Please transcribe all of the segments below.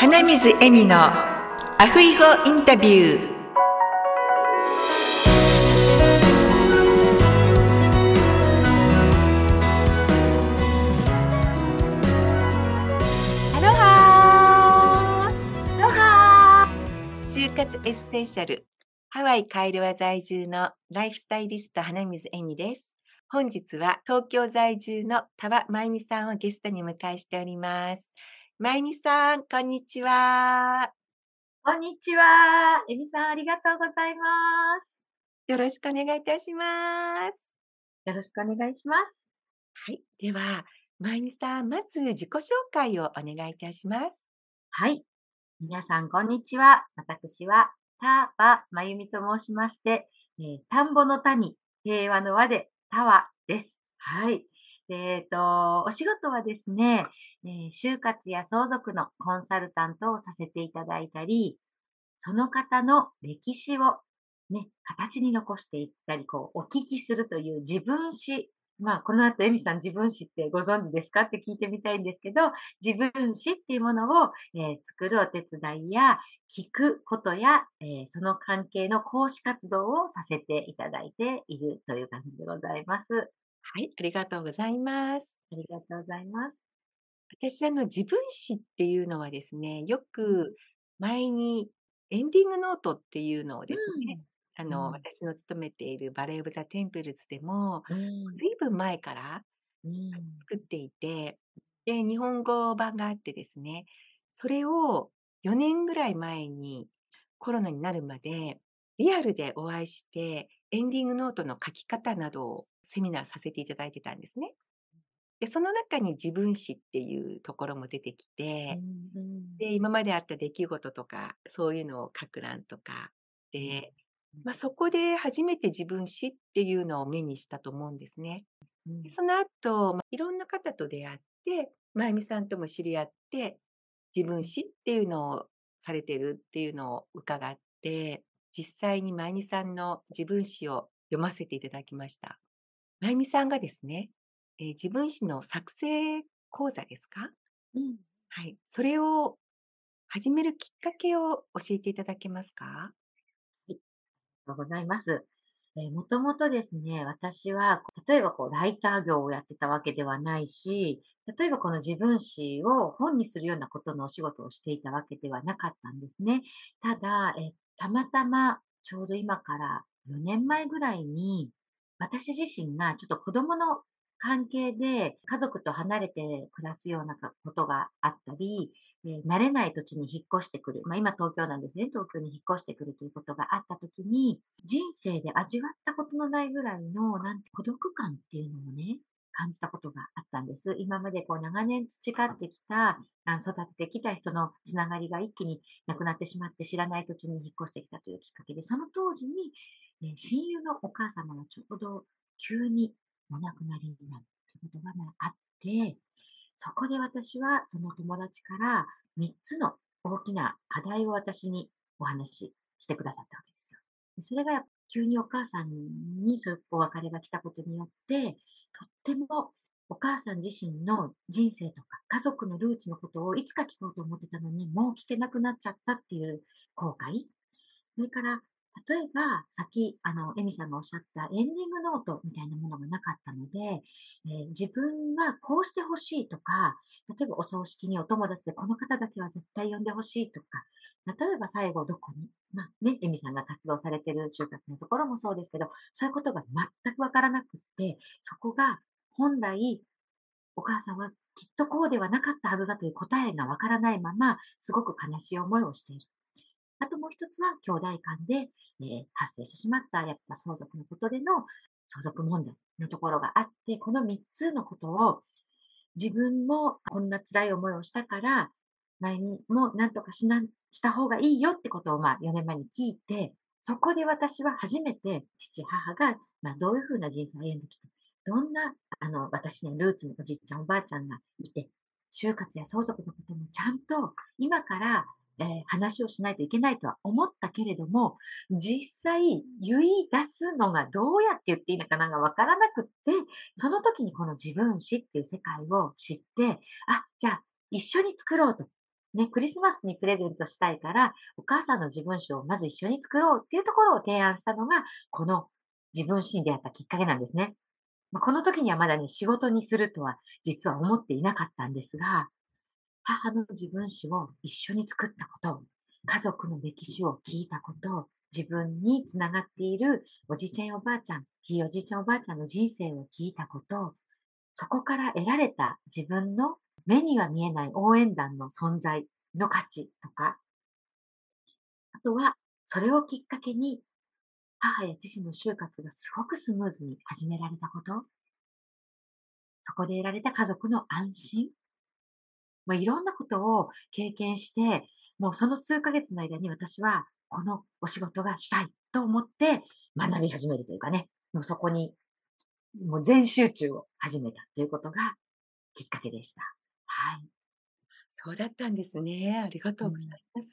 花水恵美のアフイゴインタビュー。アロハー、アロハー。就活エッセンシャル、ハワイカイロワ在住のライフスタイリスト花水恵美です。本日は東京在住の田羽真由美さんをゲストに迎えしております。真由美さん、こんにちは。 こんにちは。エミさん、ありがとうございます。 よろしくお願いいたします。 よろしくお願いします。 はい。では、真由美さん、まず自己紹介をお願いいたします。 はい。皆さん、こんにちは。私は、田羽真由美と申しまして、田んぼの田に平和の和で田羽です。はい。お仕事はですね、就活や相続のコンサルタントをさせていただいたり、その方の歴史をね、形に残していったり、お聞きするという自分史。この後、エミさん自分史ってご存知ですかって聞いてみたいんですけど、自分史っていうものを、作るお手伝いや、聞くことや、その関係の講師活動をさせていただいているという感じでございます。 はい、ありがとうございます。 ありがとうございます。 私、自分史っていうのはですね、よく前にエンディングノートっていうのをですね、私の勤めているバレーオブザテンプルズでも、 うん。 ずいぶん前からうん。 作っていて、で、日本語版があってですね、それを4年ぐらい前にコロナになるまでリアルでお会いして、エンディングノートの書き方などをセミナーさせていただいてたんですね。で、その中に自分史っていうところも出てきうて、 ん。 で、今まであった出来事とか、そういうのを書く欄とか、 うん。 で、そこで初めて自分史っていうのを目にしたと思うんですね。で、 うん。 その後、いろんな方と出会って、真由美さんとも知り合って、自分史っていうのをされてるっていうのを伺って、実際に真由美さんの自分史を読ませていただきました。真由美さんがですね、自分史の作成講座ですか？ うん。 はい。それを始めるきっかけを教えていただけますか？ はい。とうございます。もともとですね、私は、例えばライター業をやってたわけではないし、例えばこの自分史を本にするようなことのお仕事をしていたわけではなかったんですね。ただ、たまたまちょうど今から4年前ぐらいに、私自身がちょっと子供の関係で家族と離れて暮らすようなことがあったり、慣れない土地に引っ越してくる。今東京なんですね。東京に引っ越してくるということがあったときに、人生で味わったことのないぐらいの、孤独感っていうのをね、感じたことがあったんです。今まで長年培ってきた、育ててきた人のつながりが一気になくなってしまって知らない土地に引っ越してきたというきっかけで、その当時に、親友のお母様がちょうど急にお亡くなりになるということがあって、そこで私はその友達から3つの大きな課題を私にお話ししてくださったわけですよ。それが急にお母さんにそういうお別れが来たことによって、とってもお母さん自身の人生とか家族のルーツのことをいつか聞こうと思ってたのに、もう聞けなくなっちゃったっていう後悔。それから、例えば、さっき、エミさんがおっしゃったエンディングノートみたいなものがなかったので、自分はこうしてほしいとか、例えばお葬式にお友達でこの方だけは絶対呼んでほしいとか、例えば最後どこに、エミさんが活動されてる就活のところもそうですけど、そういうことが全くわからなくって、そこが本来お母さんはきっとこうではなかったはずだという答えがわからないまま、すごく悲しい思いをしている。あともう一つは、兄弟間で、発生してしまった、やっぱ相続のことでの相続問題のところがあって、この3つのことを自分もこんな辛い思いをしたから、前にもなんとかした方がいいよってことを4年前に聞いて、そこで私は初めて父、母が、どういうふうな人生を歩んできて、どんな、私にはルーツのおじいちゃん、おばあちゃんがいて、就活や相続のこともちゃんと今から話をしないといけないとは思ったけれども、実際言い出すのがどうやって言っていいのかながわからなくって、その時にこの自分史っていう世界を知って、じゃあ一緒に作ろうと。 ね、クリスマスにプレゼントしたいから、お母さんの自分史をまず一緒に作ろうっていうところを提案したのが、この自分史に出会ったきっかけなんですね。この時にはまだね、仕事にするとは実は思っていなかったんですが、母の自分史を一緒に作ったこと、家族の歴史を聞いたこと、自分につながっているおじいちゃんやおばあちゃん、ひいおじいちゃんおばあちゃんの人生を聞いたこと、そこから得られた自分の目には見えない応援団の存在の価値とか、あとはそれをきっかけに母や父の就活がすごくスムーズに始められたこと、そこで得られた家族の安心、いろんなことを経験して、もうその数ヶ月の間に私はこのお仕事がしたいと思って学び始めるというかね、もうそこにもう全集中を始めたということがきっかけでした。はい。 そうだったんですね。ありがとうござうん。 います。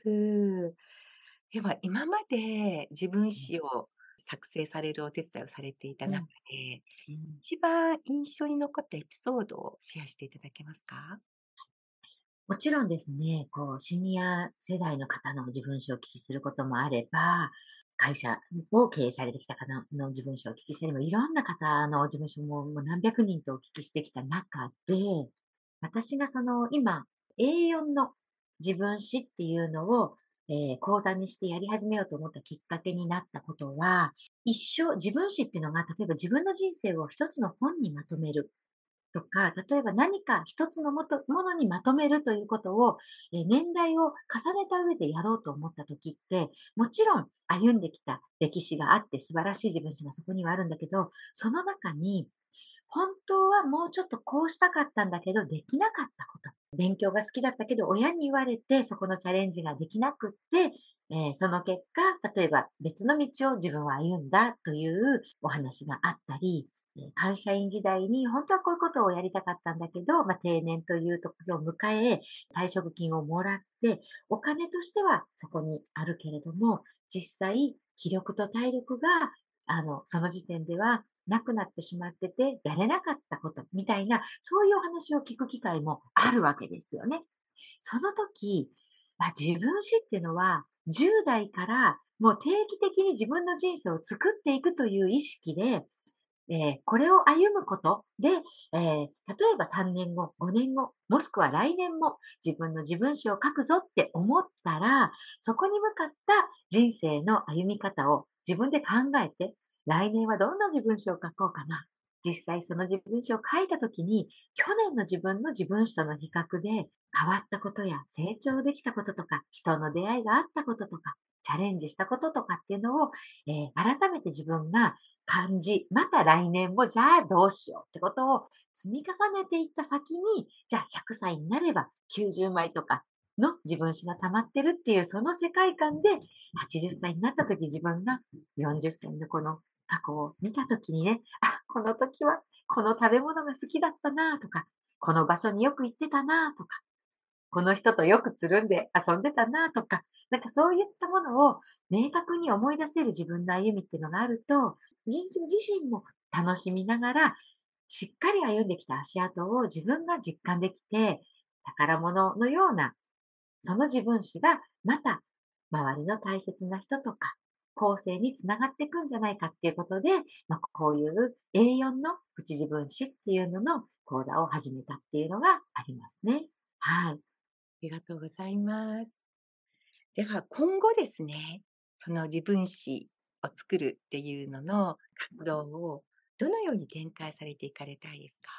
では、今まで自分うん。 史を作成されるお手伝いをされていた中うん。 で、 うん。 一番印象に残ったエピソードをシェアしていただけますか？ もちろんですね、シニア世代の方の自分史をお聞きすることもあれば、会社を経営されてきた方の自分史をお聞きしたりも、いろんな方の自分史も何百人とお聞きしてきた中で、私がその今、A4 の自分史っていうのを、講座にしてやり始めようと思ったきっかけになったことは、自分史っていうのが、例えば自分の人生を一つの本にまとめるとか、例えば何か一つのものにまとめるということを、年代を重ねた上でやろうと思った時って、もちろん歩んできた歴史があって素晴らしい自分史がそこにはあるんだけど、その中に本当はもうちょっとこうしたかったんだけど、できなかったこと。勉強が好きだったけど、親に言われて、そこのチャレンジができなくって、その結果、例えば別の道を自分は歩んだというお話があったり、会社員時代に本当はこういうことをやりたかったんだけど、定年という時を迎え、退職金をもらって、お金としてはそこにあるけれども、実際、気力と体力が、その時点ではなくなってしまってて、やれなかったことみたいな、そういうお話を聞く機会もあるわけですよね。その時、自分史っていうのは、10代からもう定期的に自分の人生を作っていくという意識で、これを歩むことで、例えば3年後、5年後、もしくは来年も自分の自分史を書くぞって思ったら、そこに向かった人生の歩み方を自分で考えて、来年はどんな自分史を書こうかな。実際その自分史を書いたときに、去年の自分の自分史との比較で変わったことや成長できたこととか、人の出会いがあったこととか、チャレンジしたこととかっていうのを、改めて自分が感じ、また来年もじゃあどうしようってことを積み重ねていった先に、じゃあ100歳になれば90枚とかの自分史が溜まってるっていうその世界観で、80歳になった時自分が40歳のこの過去を見た時にね、あ、この時はこの食べ物が好きだったなとか、この場所によく行ってたなとか、この人とよくつるんで遊んでたなとか、なんかそういったものを明確に思い出せる自分の歩みっていうのがあると、人生自身も楽しみながら、しっかり歩んできた足跡を自分が実感できて、宝物のような、その自分史がまた周りの大切な人とか、後世につながっていくんじゃないかっていうことで、こういう A4 のプチ自分史っていうのの講座を始めたっていうのがありますね。はい。 りがとうございます。では、今後ですね、その自分史を作るっていうのの活動をどのように展開されていかれたいですか？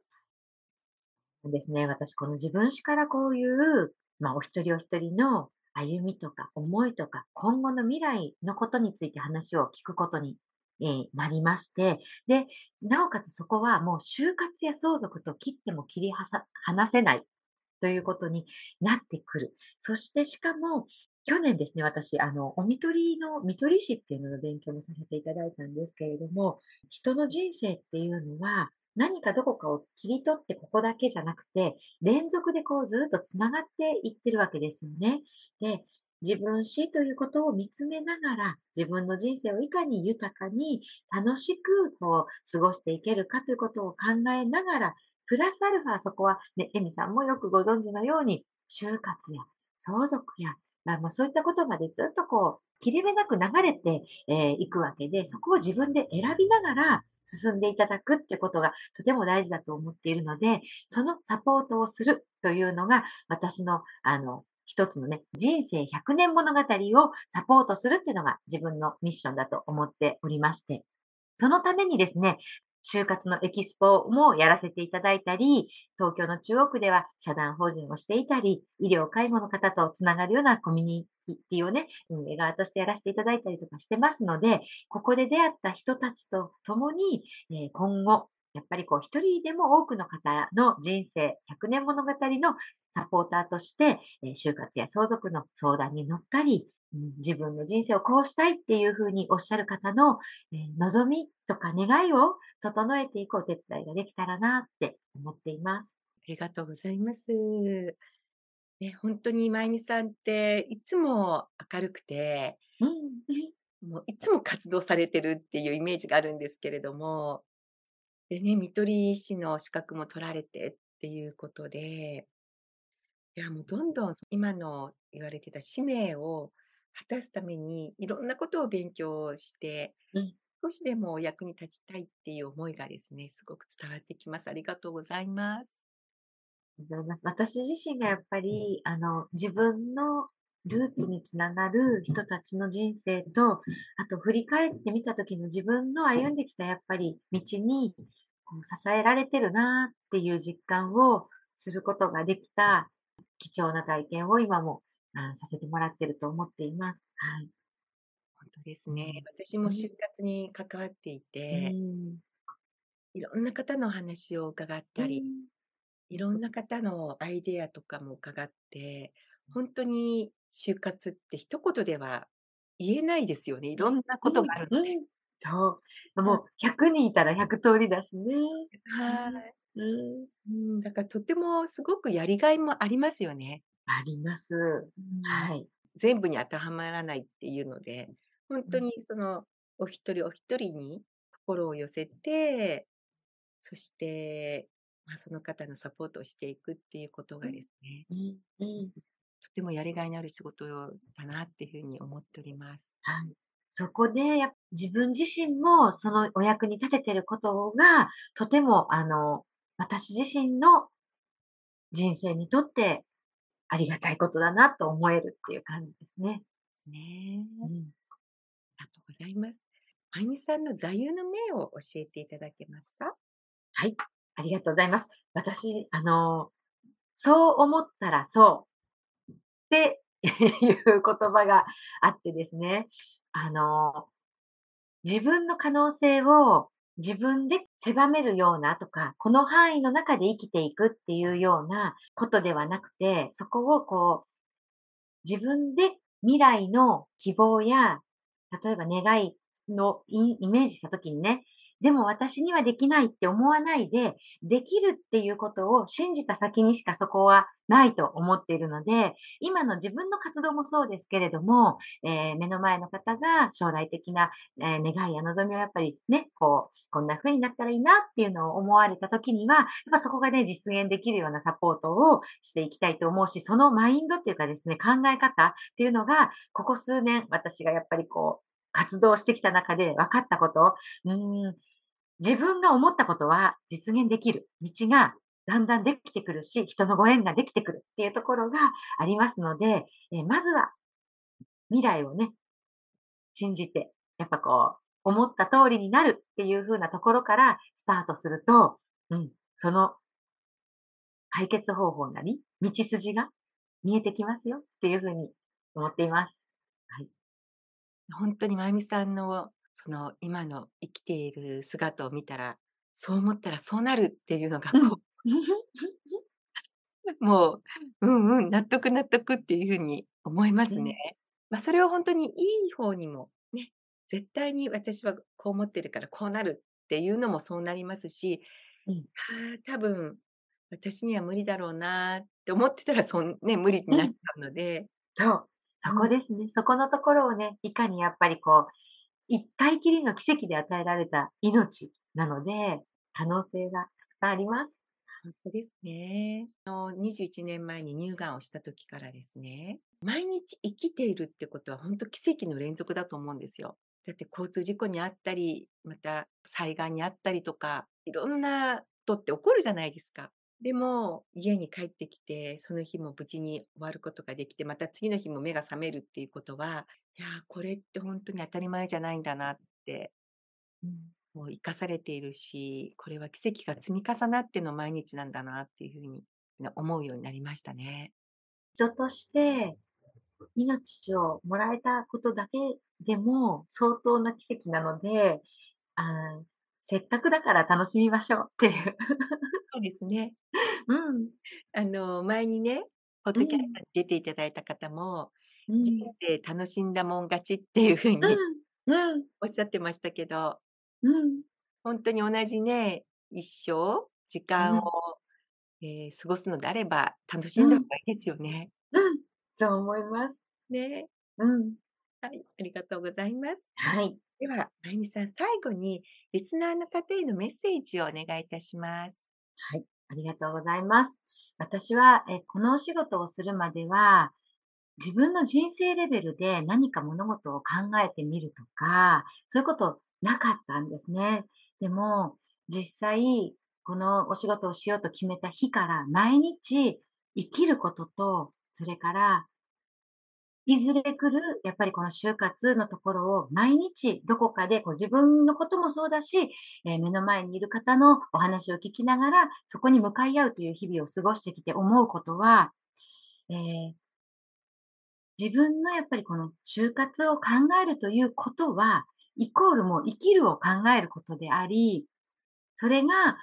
ですね、私この自分史からこういう、お一人お一人の歩みとか思いとか、今後の未来のことについて話を聞くことに、なりまして、で、なおかつそこはもう就活や相続と切っても切りはさ離せないということになってくる。そしてしかも、去年ですね、私、お看取りの看取り師っていうのの勉強もさせていただいたんですけれども、人の人生っていうのは、何かどこかを切り取ってここだけじゃなくて、連続でこうずっと繋がっていってるわけですよね。で、自分史ということを見つめながら、自分の人生をいかに豊かに楽しく過ごしていけるかということを考えながら、プラスアルファそこはね、エミさんもよくご存知のように、 就活や相続や、そういったことまでずっと切れ目なく流れて、いくわけで、そこを自分で選びながら進んでいただくってことがとても大事だと思っているので、そのサポートをするというのが、私の一つのね、人生100年物語をサポートするっていうのが自分のミッションだと思っておりまして、そのためにですね、就活のエキスポもやらせていただいたり、東京の中央区では社団法人をしていたり、医療介護の方とつながるようなコミュニティをね、運営側としてやらせていただいたりとかしてますので、ここで出会った人たちと共に、今後、やっぱり一人でも多くの方の人生100年物語のサポーターとして、就活や相続の相談に乗ったり、自分の人生をこうしたいっていうふうにおっしゃる方の、望みとか願いを整えていくお手伝いができたらなって思っています。 ありがとうございます。ね、本当にまゆみさんっていつも明るくて、 うん。 もういつも活動されてるっていうイメージがあるんですけれども、でね、看取り医師の資格も取られてっていうことで、いやもうどんどん今の言われてた使命を果たすためにいろんなことを勉強して、 うん。 少しでもお役に立ちたいっていう思いがですね、すごく伝わってきます。ありがとうございます。 ございます。私自身がやっぱり、自分のルーツにつながる人たちの人生と、あと振り返ってみた時の自分の歩んできたやっぱり道に、支えられてるなっていう実感をすることができた貴重な体験を今も、させてもらってると思っています。はい。 本当ですね。 うん。 私もうん。 就活に関わっていうて、 ん。 いろんな方の話を伺ったり、 うん。 いろんな方のアイデアとかも伺って、本当に就活って一言では言えないですよね。いろんなことがあるので。 うん。そう。 あ、 もう100人いたら100通りだしね。うん。 はい。 うん。 うん、だからとてもすごくやりがいもありますよね。 あります。 うん。 はい。 全部に当てはまらないっていうので、本うん。 当にお一人お一人に心を寄せて、そして、その方のサポートをしていくっていうことがですね、 うん。うん。 とてもやりがいのある仕事だなっていうふうに思っております。 はい。そこで、自分自身もそのお役に立ててることが、とても私自身の人生にとってありがたいことだなと思えるっていう感じですね。 ですね。 うん。 ありがとうございます。あゆみさんの座右の銘を教えていただけますか？ はい。ありがとうございます。私、そう思ったらそうっていう言葉があってですね。あの自分の可能性を自分で狭めるようなとか、この範囲の中で生きていくっていうようなことではなくて、そこを自分で未来の希望や、例えば願いのイメージしたときにね、でも私にはできないって思わないで、できるっていうことを信じた先にしかそこはないと思っているので、今の自分の活動もそうですけれども、目の前の方が将来的な、願いや望みをやっぱりね、こんな風になったらいいなっていうのを思われた時には、やっぱそこがね、実現できるようなサポートをしていきたいと思うし、そのマインドっていうかですね、考え方っていうのが、ここ数年、私がやっぱり活動してきた中で分かったこと、うーん、自分が思ったことは実現できる道がだんだんできてくるし、人のご縁ができてくるっていうところがありますので、まずは未来をね、信じて、やっぱ思った通りになるっていう風なところからスタートすると、その解決方法なり、道筋が見えてきますよっていう風に思っています。はい。 本当にまゆみさんの今の生きている姿を見たら、そう思ったらそうなるっていうのがうん。 もう、うんうん、納得納得っていう風に思いますね。 うん。 それを本当にいい方にもね、絶対に私はこう思ってるからこうなるっていうのもそうなりますし、 うん。 多分私には無理だろうなって思ってたら、ね、無理になっちうん。 ゃうので、 そう。そうん、 こですね。そこのところをね、いかにやっぱり一回きりの奇跡で与えられた命なので、可能性がたくさんあります。 本当ですね。21年前に乳がんをした時からですね、毎日生きているってことは本当奇跡の連続だと思うんですよ。だって交通事故に遭ったり、また災害に遭ったりとか、いろんなことって起こるじゃないですか。でも、家に帰ってきて、その日も無事に終わることができて、また次の日も目が覚めるっていうことは、いやー、これって本当に当たり前じゃないんだなって、 うん。 もう生かされているし、これは奇跡が積み重なっての毎日なんだなっていうふうに思うようになりましたね。 人として命をもらえたことだけでも相当な奇跡なので、あーせっかくだから楽しみましょうっていう。 そうですね。 うん、 前にね、ポッドキャスうん、 トに出ていただいた方も、人うん、 生楽しんだもん勝ちっていうふうにうん、うん、 おっしゃってましたけど、 うん、 本当に同じね、一生、時間を、 うん、 過ごすのであれば、楽しうん、 んだ方がいいですよね。 うん、そう思います。 ね。 うん、 はい、ありがとうございます。 はい、 では、まゆみさん、最後にリスナーの方へのメッセージをお願いいたします。 はい、ありがとうございます。私は、このお仕事をするまでは、自分の人生レベルで何か物事を考えてみるとか、そういうことなかったんですね。でも、実際、このお仕事をしようと決めた日から毎日生きることと、それからいずれ来る、やっぱりこの就活のところを毎日どこかでこう自分のこともそうだし、目の前にいる方のお話を聞きながら、そこに向かい合うという日々を過ごしてきて思うことは、えー自分のやっぱりこの就活を考えるということは、イコールもう生きるを考えることであり、それが、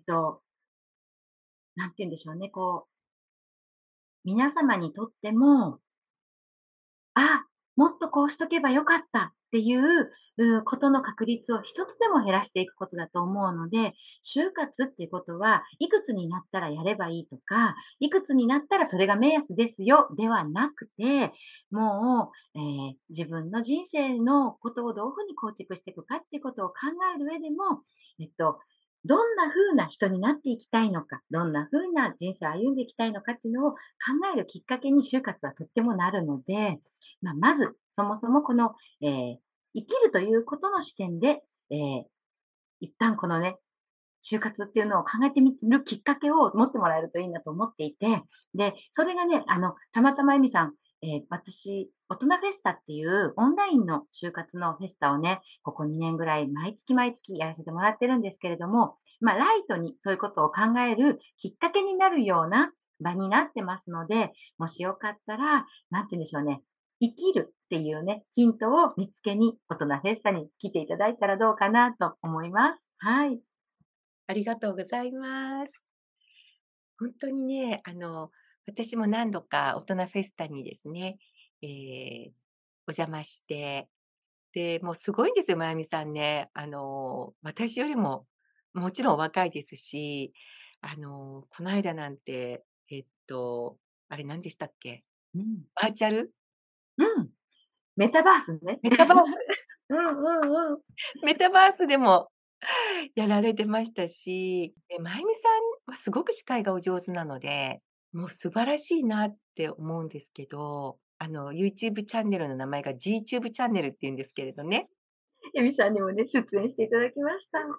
なんて言うんでしょうね、こう、皆様にとってもあ、もっとこうしとけばよかったっていう、ことの確率を一つでも減らしていくことだと思うので、就活っていうことは、いくつになったらやればいいとか、いくつになったらそれが目安ですよ、ではなくて、もう、自分の人生のことをどういうふうに構築していくかっていうことを考える上でも、えっと、どんな風な人になっていきたいのか、どんな風な人生を歩んでいきたいのかっていうのを考えるきっかけに就活はとってもなるので、まず、そもそもこの、生きるということの視点で、一旦このね、就活っていうのを考えてみるきっかけを持ってもらえるといいなと思っていて、で、それがね、たまたまエミさん、私、大人フェスタっていうオンラインの就活のフェスタをね、ここ2年ぐらい毎月毎月やらせてもらってるんですけれども、ライトにそういうことを考えるきっかけになるような場になってますので、もしよかったら、なんて言うんでしょうね、生きるっていうね、ヒントを見つけに大人フェスタに来ていただいたらどうかなと思います。はい。 ありがとうございます。本当にね、私も何度か大人フェスタにですね、お邪魔して、で、もうすごいんですよ、まゆみさんね。私よりも、もちろんお若いですし、この間なんて、あれ何でしたっけ？ うん。 バーチャルうん。メタバースね。 メタバースうんうんうん。 メタバースでもやられてましたし、で、まゆみさんはすごく司会がお上手なので、もう素晴らしいなって思うんですけど、YouTube チャンネルの名前が GTube チャンネルって言うんですけれどね。 エミさんにもね、出演していただきました。はい。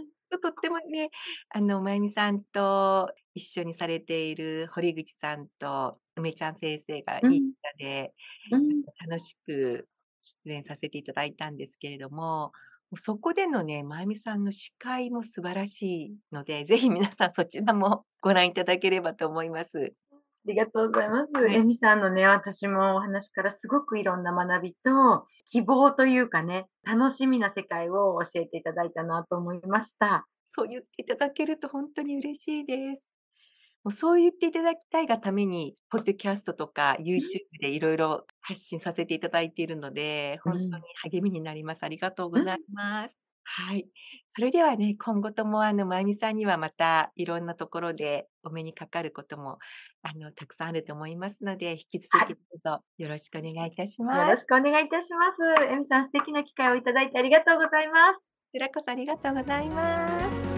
とってもね、まゆみさんと一緒にされている堀口さんと梅ちゃん先生がいいうん、 方で、 うん。 楽しく出演させていただいたんですけれども、もうそこでのね、まゆみさんの司会も素晴らしいので、ぜひ皆さんそちらもご覧いただければと思います。 ありがとうございます。 はい。 エミさんのね、私もお話からすごくいろんな学びと、希望というかね、楽しみな世界を教えていただいたなと思いました。 そう言っていただけると本当に嬉しいです。もうそう言っていただきたいがために、ポッドキャストとか YouTube でいろいろ発信させていただいているので、本当にうん。 励みになります。ありがとうございうん。 ます。はい。それではね、今後ともまゆみさんにはまたいろんなところでお目にかかることも、たくさんあると思いますので、引き続はい。 きどうぞよろしくお願いいたしよます。ころしくお願いいたします。エミさん、素敵な機会をいただいてありがとうございます。 ちらこそありがとうございます。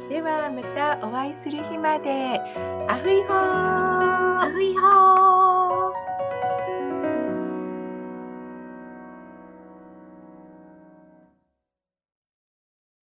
ではまたお会いする日まで。アフイホー。 アフイホー。